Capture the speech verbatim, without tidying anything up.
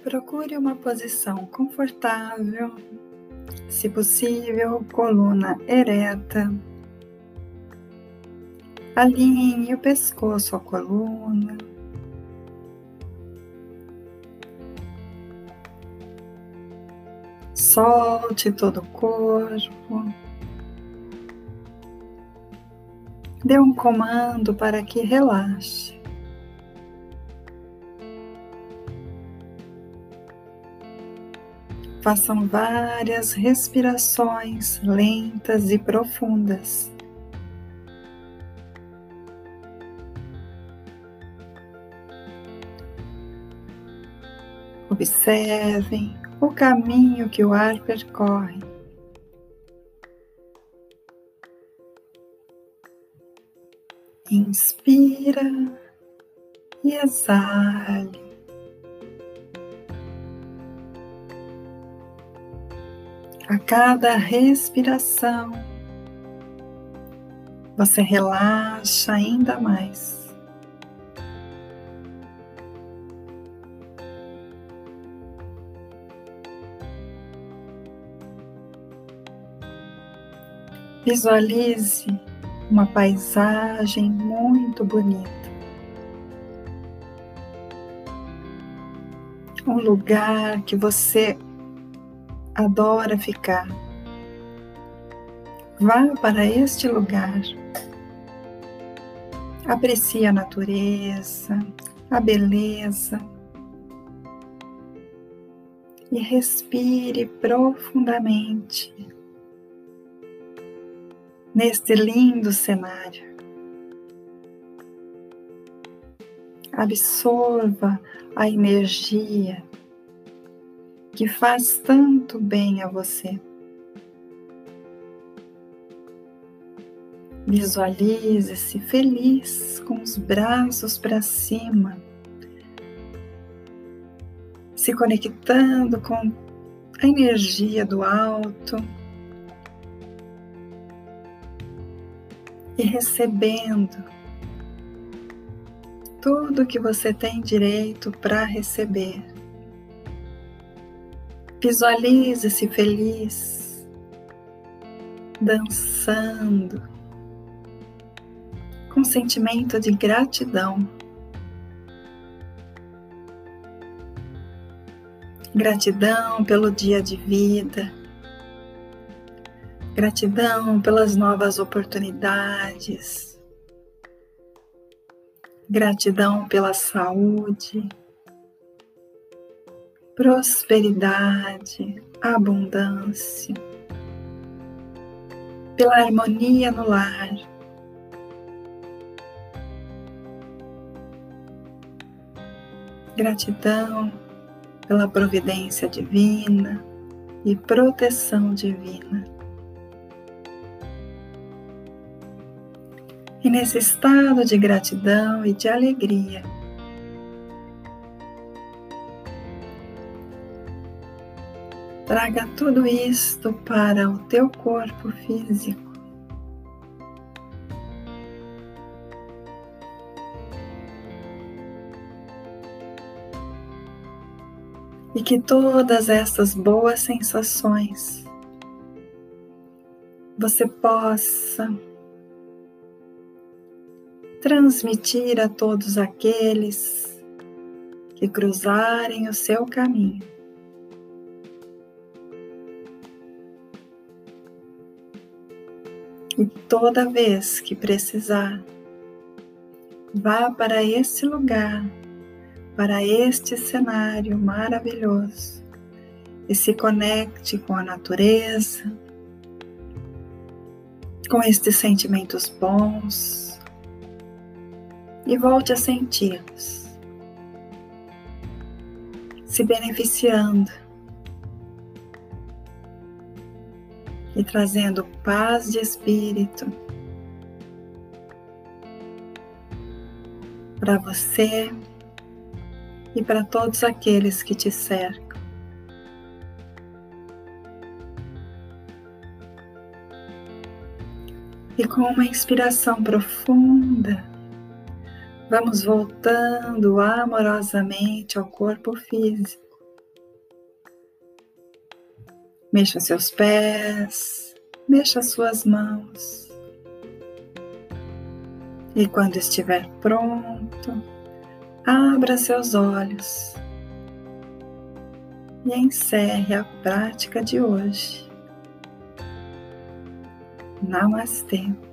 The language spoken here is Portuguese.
Procure uma posição confortável, se possível, coluna ereta. Alinhe o pescoço à coluna. Solte todo o corpo. Dê um comando para que relaxe. Façam várias respirações lentas e profundas. Observem o caminho que o ar percorre. Inspira e exale. A cada respiração, você relaxa ainda mais. Visualize uma paisagem muito bonita. Um lugar que você adora ficar. Vá para este lugar. Aprecie a natureza, a beleza e respire profundamente neste lindo cenário. Absorva a energia que faz tanto bem a você. Visualize-se feliz com os braços para cima, se conectando com a energia do alto e recebendo tudo que você tem direito para receber. Visualize-se feliz, dançando, com sentimento de gratidão. Gratidão pelo dia de vida, gratidão pelas novas oportunidades, gratidão pela saúde, prosperidade, abundância, pela harmonia no lar. Gratidão pela providência divina e proteção divina. E nesse estado de gratidão e de alegria, traga tudo isto para o teu corpo físico. E que todas essas boas sensações você possa transmitir a todos aqueles que cruzarem o seu caminho. E toda vez que precisar, vá para esse lugar, para este cenário maravilhoso e se conecte com a natureza, com estes sentimentos bons e volte a senti-los, se beneficiando e trazendo paz de espírito para você e para todos aqueles que te cercam. E com uma inspiração profunda, vamos voltando amorosamente ao corpo físico. Mexa seus pés, mexa suas mãos. E quando estiver pronto, abra seus olhos e encerre a prática de hoje. Namastê.